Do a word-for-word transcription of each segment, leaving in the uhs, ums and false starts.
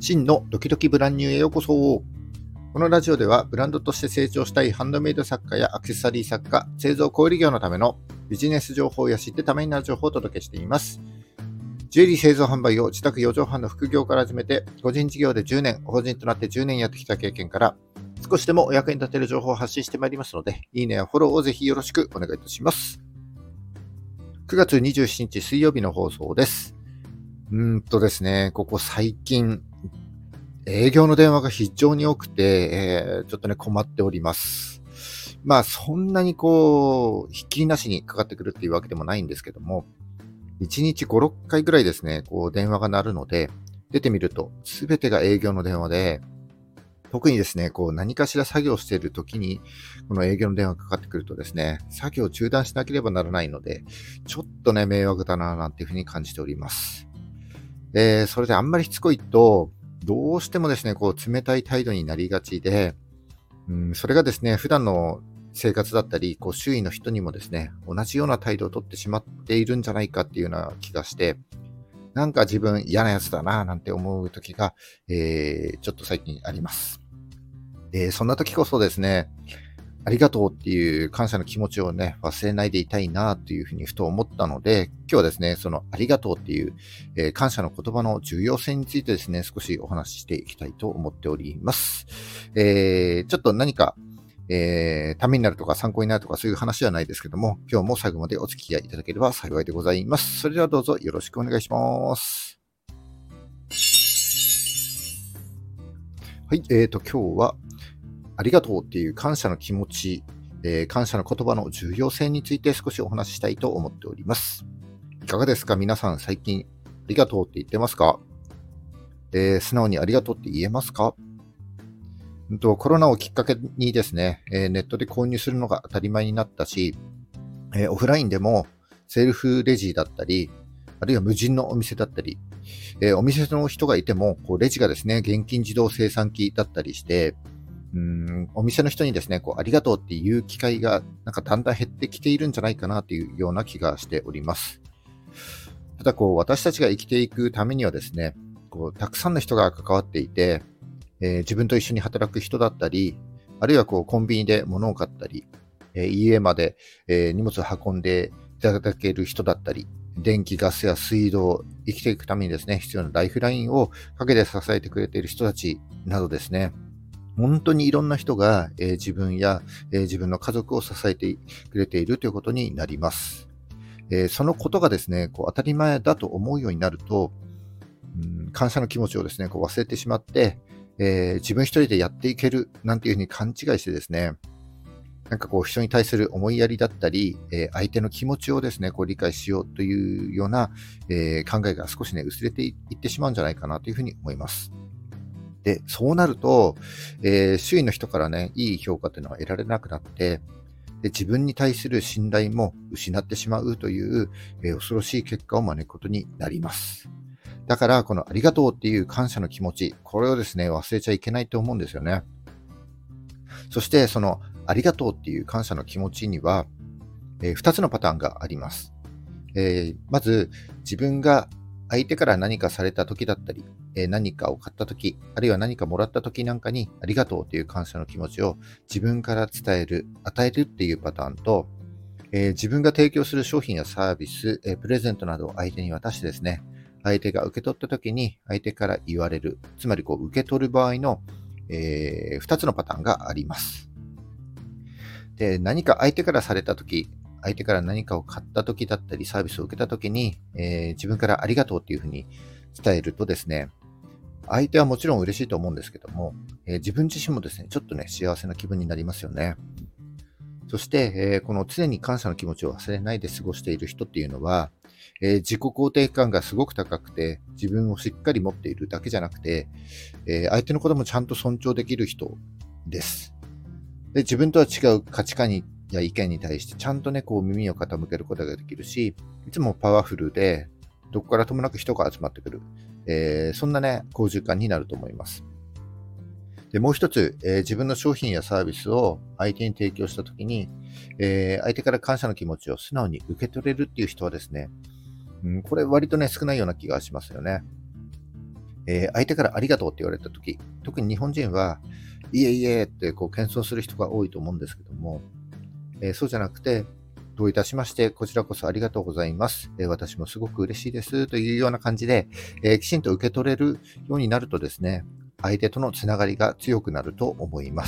真のドキドキブランニューへようこそ。このラジオではブランドとして成長したいハンドメイド作家やアクセサリー作家、製造小売業のためのビジネス情報や知ってためになる情報をお届けしています。ジュエリー製造販売を自宅よじはんの副業から始めて、個人事業でじゅうねん、法人となってじゅうねんやってきた経験から、少しでもお役に立てる情報を発信してまいりますので、いいねやフォローをぜひよろしくお願いいたします。くがつにじゅうしちにち水曜日の放送です。うーんとですね、ここ最近、営業の電話が非常に多くて、えー、ちょっとね、困っております。まあ、そんなにこう、ひっきりなしにかかってくるっていうわけでもないんですけども、いちにちご、ろっかいぐらいですね、こう、電話が鳴るので、出てみると、すべてが営業の電話で、特にですね、こう、何かしら作業しているときに、この営業の電話がかかってくるとですね、作業を中断しなければならないので、ちょっとね、迷惑だな、なんていうふうに感じております。えー、それであんまりしつこいと、どうしてもですね、こう冷たい態度になりがちで、うん、それがですね、普段の生活だったり、こう周囲の人にもですね、同じような態度をとってしまっているんじゃないかっていうような気がして、なんか自分嫌なやつだななんて思う時が、えー、ちょっと最近あります。で、そんな時こそですね、ありがとうっていう感謝の気持ちをね、忘れないでいたいなというふうにふと思ったので、今日はですね、そのありがとうっていう、えー感謝の言葉の重要性についてですね、少しお話ししていきたいと思っております。えーちょっと何か、えーためになるとか参考になるとかそういう話ではないですけども、今日も最後までお付き合いいただければ幸いでございます。それではどうぞよろしくお願いします。はい、えーと、今日はありがとうっていう感謝の気持ち、えー感謝の言葉の重要性について少しお話ししたいと思っております。いかがですか皆さん最近ありがとうって言ってますか？えー素直にありがとうって言えますか？うんとコロナをきっかけにですね、えーネットで購入するのが当たり前になったし、えーオフラインでもセルフレジだったり、あるいは無人のお店だったり、えーお店の人がいても、こうレジがですね、現金自動生産機だったりして、うーんお店の人にですね、こうありがとうっていう機会がなんかだんだん減ってきているんじゃないかなというような気がしております。ただこう私たちが生きていくためにはですね、こうたくさんの人が関わっていて、えー自分と一緒に働く人だったり、あるいはこうコンビニで物を買ったり、えー家まで、えー荷物を運んでいただける人だったり、電気、ガスや水道、生きていくためにですね、必要なライフラインを陰で支えてくれている人たちなどですね、本当にいろんな人が、えー自分や、えー自分の家族を支えてくれているということになります。えーそのことがですね、こう当たり前だと思うようになると、うん感謝の気持ちをですね、こう忘れてしまって、えー自分一人でやっていけるなんていうふうに勘違いしてですね、なんかこう人に対する思いやりだったり、えー相手の気持ちをですね、こう理解しようというような、えー考えが少しね、薄れていってしまうんじゃないかなというふうに思います。で、そうなると、えー周囲の人からね、いい評価というのは得られなくなって、で自分に対する信頼も失ってしまうという、えー恐ろしい結果を招くことになります。だから、このありがとうっていう感謝の気持ち、これをですね、忘れちゃいけないと思うんですよね。そして、そのありがとうっていう感謝の気持ちには、えふたつのパターンがあります。えーまず、自分が相手から何かされた時だったり、えー何かを買った時、あるいは何かもらった時なんかに、ありがとうという感謝の気持ちを自分から伝える、与えるっていうパターンと、えー自分が提供する商品やサービス、えープレゼントなどを相手に渡してですね、相手が受け取った時に相手から言われる、つまりこう受け取る場合の、えふたつのパターンがあります。で、何か相手からされた時、相手から何かを買った時だったり、サービスを受けた時に、えー自分からありがとうっていうふうに伝えるとですね、相手はもちろん嬉しいと思うんですけども、えー自分自身もですね、ちょっとね、幸せな気分になりますよね。そして、えーこの常に感謝の気持ちを忘れないで過ごしている人っていうのは、えー自己肯定感がすごく高くて、自分をしっかり持っているだけじゃなくて、えー相手のこともちゃんと尊重できる人です。で、自分とは違う価値観にや意見に対してちゃんとね、こう耳を傾けることができるし、いつもパワフルで、どこからともなく人が集まってくる。えーそんなね、好循環になると思います。で、もう一つ、えー自分の商品やサービスを相手に提供したときに、えー相手から感謝の気持ちを素直に受け取れるっていう人はですね、うん、これ割とね、少ないような気がしますよね。 えー相手からありがとうって言われたとき、特に日本人は、いえいえってこう謙遜する人が多いと思うんですけども、えーそうじゃなくて、どういたしまして、こちらこそありがとうございます。えー私もすごく嬉しいですというような感じで、えーきちんと受け取れるようになるとですね、相手とのつながりが強くなると思います。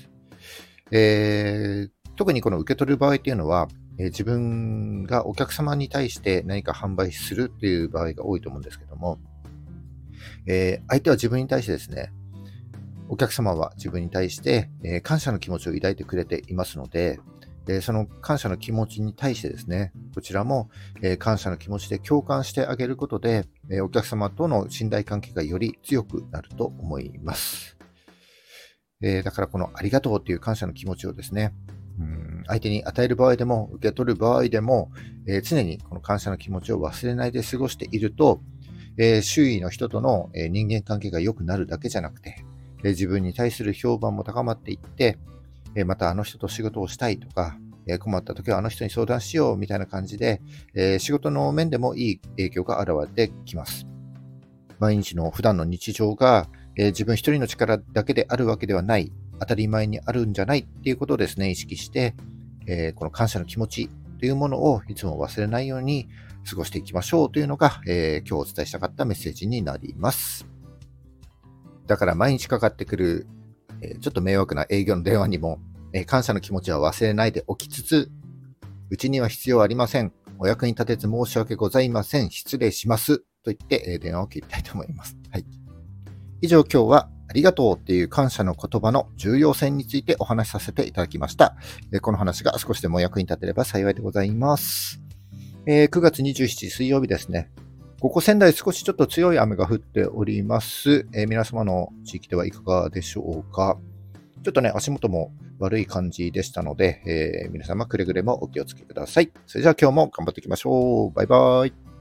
えー特にこの受け取る場合っていうのは、えー自分がお客様に対して何か販売するっていう場合が多いと思うんですけども、えー相手は自分に対してですね、お客様は自分に対して、えー感謝の気持ちを抱いてくれていますので、えーその感謝の気持ちに対してですね、こちらも、えー感謝の気持ちで共感してあげることで、えーお客様との信頼関係がより強くなると思います。えーだからこのありがとうっていう感謝の気持ちをですね、うん相手に与える場合でも受け取る場合でも、えー常にこの感謝の気持ちを忘れないで過ごしていると、えー周囲の人との、えー人間関係が良くなるだけじゃなくて、えー自分に対する評判も高まっていって、えーまたあの人と仕事をしたいとか、えー困った時はあの人に相談しようみたいな感じで、えー仕事の面でもいい影響が現れてきます。毎日の普段の日常が、えー自分一人の力だけであるわけではない、当たり前にあるんじゃないっていうことをですね、意識して、えーこの感謝の気持ちというものをいつも忘れないように過ごしていきましょうというのが、えー今日お伝えしたかったメッセージになります。だから毎日かかってくる、えーちょっと迷惑な営業の電話にも、えー感謝の気持ちは忘れないでおきつつ、うちには必要ありません。お役に立てず申し訳ございません。失礼します。と言って、えー電話を切りたいと思います。はい。以上、今日はありがとうっていう感謝の言葉の重要性についてお話しさせていただきました。えーこの話が少しでも役に立てれば幸いでございます。えーくがつにじゅうしちにち水曜日ですね。ここ仙台少しちょっと強い雨が降っております。えー皆様の地域ではいかがでしょうか。ちょっとね、足元も悪い感じでしたので、えー皆様くれぐれもお気をつけください。それじゃあ今日も頑張っていきましょう。バイバイ。